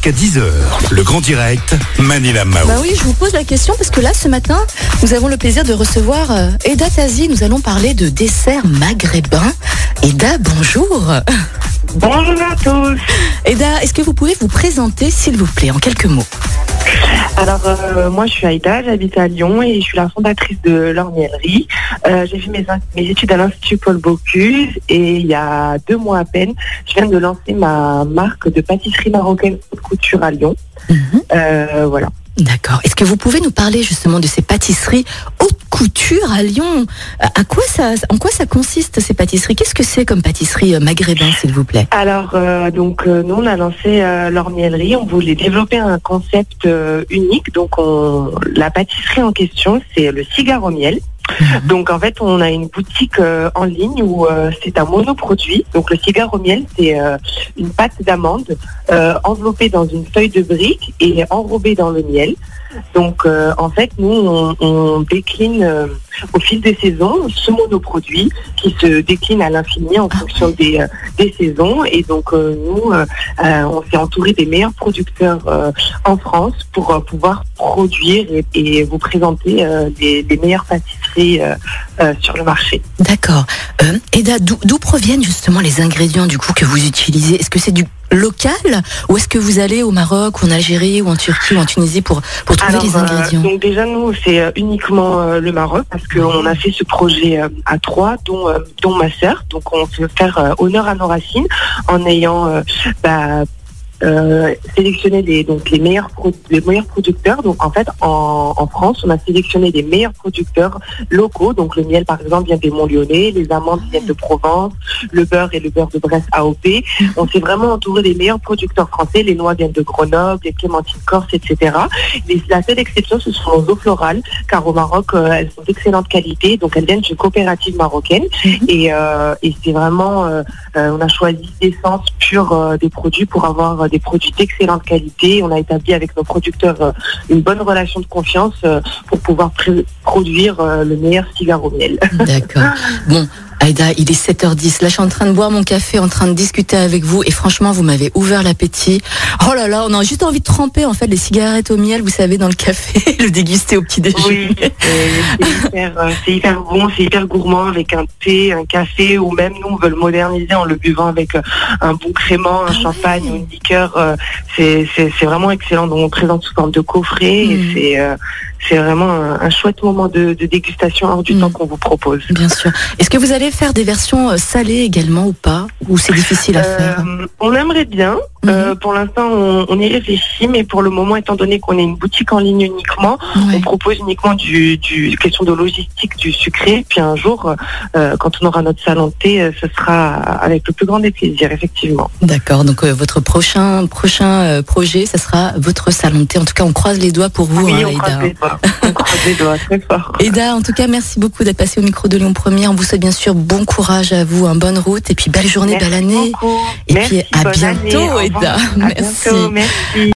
jusqu'à 10h. Le Grand Direct, Manila Mao. Bah oui, je vous pose la question parce que là, ce matin, nous avons le plaisir de recevoir Eda Tazi. Nous allons parler de desserts maghrébins. Eda, bonjour. Bonjour à tous. Eda, est-ce que vous pouvez vous présenter, s'il vous plaît, en quelques mots? Alors, moi, je suis Aïda, j'habite à Lyon et je suis la fondatrice de l'Ormiellerie. J'ai fait mes études à l'Institut Paul Bocuse et il y a 2 mois à peine, je viens de lancer ma marque de pâtisserie marocaine haute couture à Lyon. Voilà. D'accord. Est-ce que vous pouvez nous parler justement de ces pâtisseries haute couture à Lyon? En quoi ça consiste ces pâtisseries? Qu'est-ce que c'est comme pâtisserie maghrébin, s'il vous plaît? Alors, nous, on a lancé l'Ormiellerie. On voulait développer un concept unique. Donc, la pâtisserie en question, c'est le cigare au miel. Donc en fait on a une boutique en ligne où c'est un monoproduit. Donc le cigare au miel, c'est une pâte d'amande enveloppée dans une feuille de brique et enrobée dans le miel. Donc en fait nous on décline au fil des saisons ce monoproduit qui se décline à l'infini en fonction des saisons. Et donc nous on s'est entouré des meilleurs producteurs en France pour pouvoir produire et vous présenter les meilleures pâtisseries sur le marché. D'accord. Eda, d'où proviennent justement les ingrédients du coup que vous utilisez? Est-ce que c'est du local ou est-ce que vous allez au Maroc ou en Algérie ou en Turquie ou en Tunisie pour trouver les ingrédients? Donc déjà nous c'est uniquement le Maroc parce qu'on a fait ce projet à 3 dont ma sœur. Donc on veut faire honneur à nos racines en ayant sélectionner les meilleurs producteurs. Donc en fait en France on a sélectionné les meilleurs producteurs locaux. Donc le miel par exemple vient des Monts Lyonnais, les amandes viennent de Provence, le beurre et le beurre de Brest AOP. On s'est vraiment entouré des meilleurs producteurs français. Les noix viennent de Grenoble, les clémentines corse, etc. La seule exception ce sont nos eaux florales car au Maroc elles sont d'excellente qualité. Donc elles viennent d'une coopérative marocaine et c'est vraiment on a choisi l'essence pure des produits pour avoir des produits d'excellente qualité. On a établi avec nos producteurs une bonne relation de confiance pour pouvoir produire le meilleur cigare au miel. D'accord. Bon, Aïda, il est 7h10. Là, je suis en train de boire mon café, en train de discuter avec vous. Et franchement, vous m'avez ouvert l'appétit. Oh là là, on a juste envie de tremper, en fait, les cigarettes au miel, vous savez, dans le café, le déguster au petit déjeuner. Oui, c'est hyper bon, c'est hyper gourmand avec un thé, un café, ou même nous, on veut le moderniser en le buvant avec un bon crément, un champagne ou une liqueur. C'est vraiment excellent. Donc, on présente sous forme de coffret et c'est vraiment un chouette moment de dégustation hors du temps qu'on vous propose. Bien sûr. Est-ce que vous allez faire des versions salées également ou pas? Ou c'est difficile à faire? On aimerait bien. Pour l'instant, on y réfléchit, mais pour le moment, étant donné qu'on est une boutique en ligne uniquement, on propose uniquement du question de logistique du sucré. Puis un jour, quand on aura notre salon de thé, ce sera avec le plus grand des plaisirs, effectivement. D'accord. Donc votre prochain projet, ça sera votre salon de thé. En tout cas, on croise les doigts pour vous, oui, hein, on Eda. croise les doigts. On croise les doigts très fort. Eda, en tout cas, merci beaucoup d'être passé au micro de Lyon Première. On vous souhaite bien sûr bon courage à vous, bonne route et puis belle journée, belle année. Beaucoup. Et merci, puis à bientôt, Eda. Merci. À bientôt, merci.